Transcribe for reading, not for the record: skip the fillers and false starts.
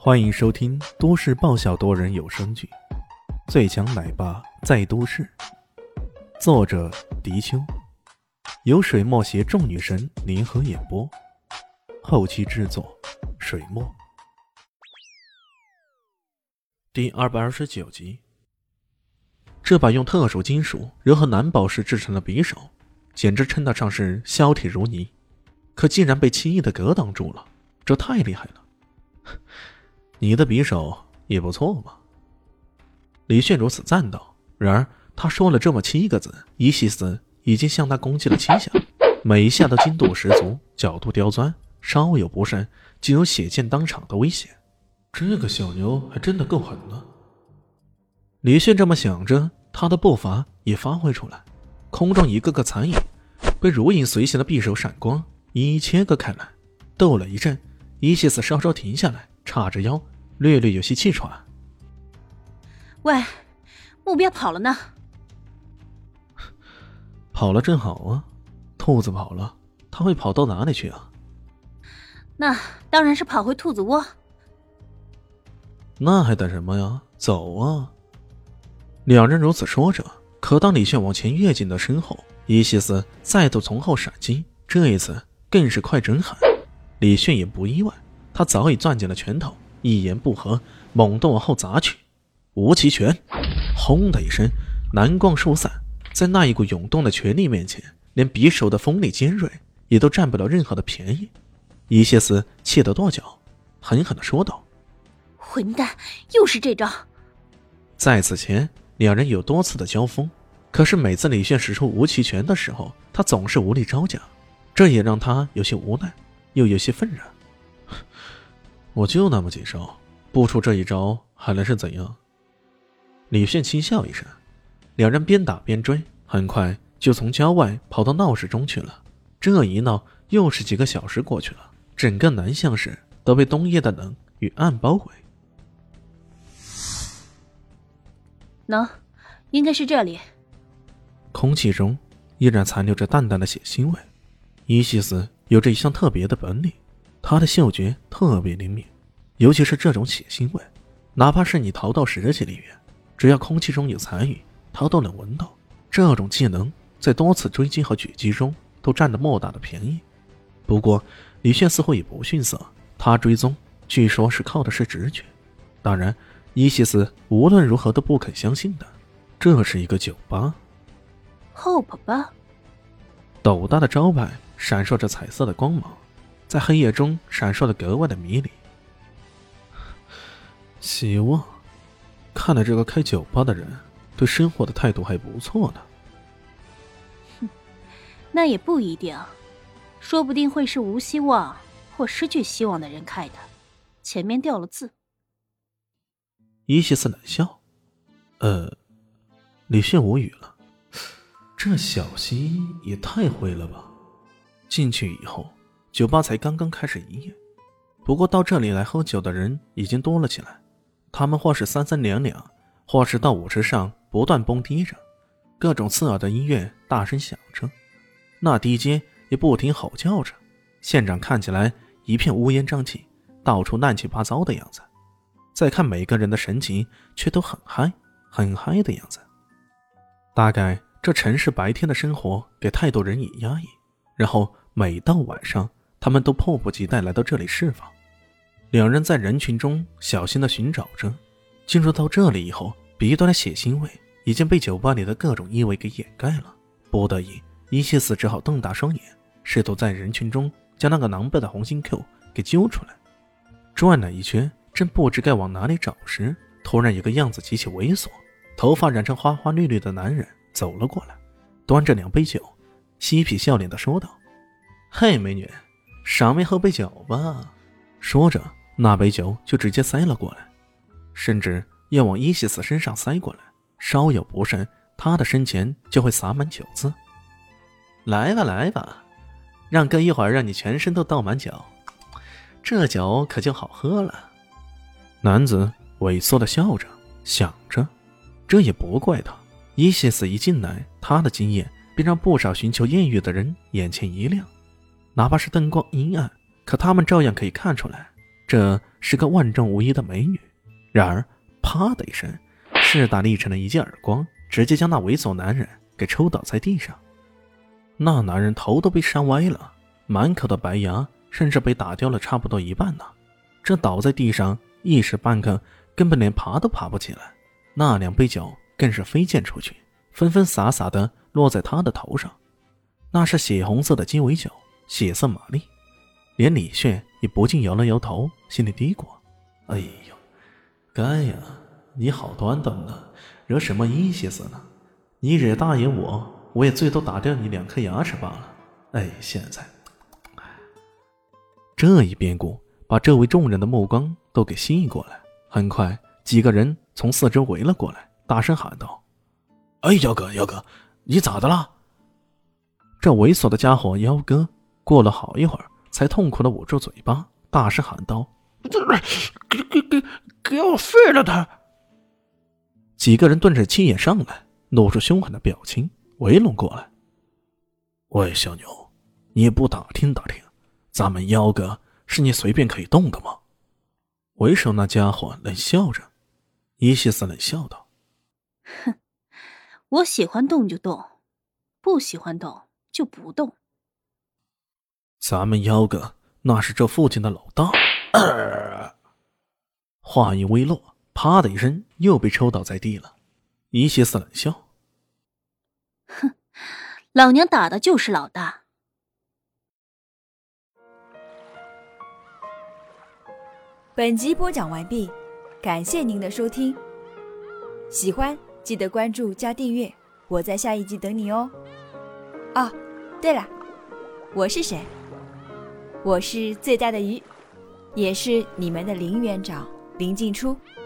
欢迎收听都市爆笑多人有声剧《最强奶爸在都市》，作者：迪秋，由水墨携众女神联合演播，后期制作：水墨。第229集。这把用特殊金属融合蓝宝石制成的匕首，简直称得上是削铁如泥，可竟然被轻易的格挡住了，这太厉害了。你的匕首也不错嘛。李炫如此赞道。然而他说了这么7个字，伊西斯已经向他攻击了7下，每一下都精度十足，角度刁钻，稍有不慎就有血溅当场的危险。这个小牛还真的够狠呢。李炫这么想着，他的步伐也发挥出来，空中一个个残影被如影随形的匕首闪光一一切割开来。斗了一阵，伊西斯稍稍停下来，叉着腰，略略有些气喘。 喂，目标跑了呢。 跑了正好啊，兔子跑了，它会跑到哪里去啊？ 那当然是跑回兔子窝。 那还等什么呀？走啊！两人如此说着，可当李炫往前跃进的身后，伊西斯再度从后闪击，这一次更是快准狠。李炫也不意外，他早已攥紧了拳头，一言不合猛地往后砸去。无极拳，轰的一声，蓝光疏散，在那一股涌动的拳力面前，连匕首的锋利尖锐也都占不了任何的便宜。伊西斯气得跺脚，狠狠地说道： 混蛋，又是这招。 在此前两人有多次的交锋，可是每次李炫使出无极拳的时候，他总是无力招架，这也让他有些无奈，又有些愤然。我就那么几招，不出这一招还能是怎样？李炫轻笑一声，两人边打边追，很快就从郊外跑到闹市中去了。这一闹又是几个小时过去了，整个南巷市都被冬夜的冷与暗包围。 喏，应该是这里。 空气中依然残留着淡淡的血腥味。伊西斯有着一项特别的本领，他的嗅觉特别灵敏，尤其是这种血腥味，哪怕是你逃到10几里远，只要空气中有残余，他都能闻到。这种技能在多次追击和狙击中都占了莫大的便宜。不过李炫似乎也不逊色，他追踪据说是靠的是直觉。当然伊西斯无论如何都不肯相信的，这是一个酒吧。 Hope 吧。 斗大的招牌闪烁着彩色的光芒，在黑夜中闪烁得格外的迷离。希望，看来这个开酒吧的人对生活的态度还不错呢。 哼，那也不一定，说不定会是无希望或失去希望的人开的，前面掉了字。 伊西斯冷笑。李炫无语了，这小西也太灰了吧。进去以后，酒吧才刚刚开始营业，不过到这里来喝酒的人已经多了起来，他们或是三三两两，或是到舞池上不断蹦迪着，各种刺耳的音乐大声响着，那 DJ 也不停吼叫着，现场看起来一片乌烟瘴气，到处乱七八糟的样子。再看每个人的神情却都很嗨的样子。大概这城市白天的生活给太多人以压抑，然后每到晚上他们都迫不及待来到这里释放。两人在人群中小心地寻找着，进入到这里以后，鼻端的血腥味已经被酒吧里的各种异味给掩盖了。不得已，伊西斯只好瞪大双眼，试图在人群中将那个狼狈的红心 Q 给揪出来。转了一圈，正不知该往哪里找时，突然有个样子极其猥琐，头发染成花花绿绿的男人走了过来，端着2杯酒，嬉皮笑脸地说道：嘿美女，上面喝杯酒吧。说着那杯酒就直接塞了过来，甚至要往伊西斯身上塞过来，稍有不慎他的身前就会洒满酒渍。来吧来吧，让哥一会儿让你全身都倒满酒，这酒可就好喝了。男子猥琐地笑着，想着这也不怪他，伊西斯一进来，他的经验便让不少寻求艳遇的人眼前一亮。哪怕是灯光阴暗，可他们照样可以看出来，这是个万中无一的美女。然而啪的一声，势大力沉的一记耳光直接将那猥琐男人给抽倒在地上。那男人头都被扇歪了，满口的白牙甚至被打掉了差不多一半呢。这倒在地上一时半刻根本连爬都爬不起来，那2杯酒更是飞溅出去，纷纷洒洒的落在他的头上。那是血红色的鸡尾酒，血色玛丽。连李炫也不禁摇了摇头，心里嘀咕：哎呦，该呀，你好端端的，惹什么一些死呢？你惹大爷我也最多打掉你2颗牙齿罢了。哎，现在这一变故把这位众人的目光都给吸引过来。很快几个人从四周围了过来，大声喊道：哎，妖哥，你咋的了？这猥琐的家伙妖哥过了好一会儿才痛苦地捂住嘴巴，大声喊道：给我废了他！几个人顿时气焰上来，露出凶狠的表情围拢过来。喂，小牛，你不打听打听，咱们妖哥是你随便可以动的吗？为首那家伙冷笑着，伊西斯冷笑道： 哼，我喜欢动就动，不喜欢动就不动。 咱们妖哥那是这附近的老大。话音未落，啪的一声又被抽倒在地了。伊西斯冷笑： 哼，老娘打的就是老大。 本集播讲完毕，感谢您的收听。喜欢记得关注加订阅，我在下一集等你哦。哦，对了，我是谁？我是最大的鱼，也是你们的林园长林静初。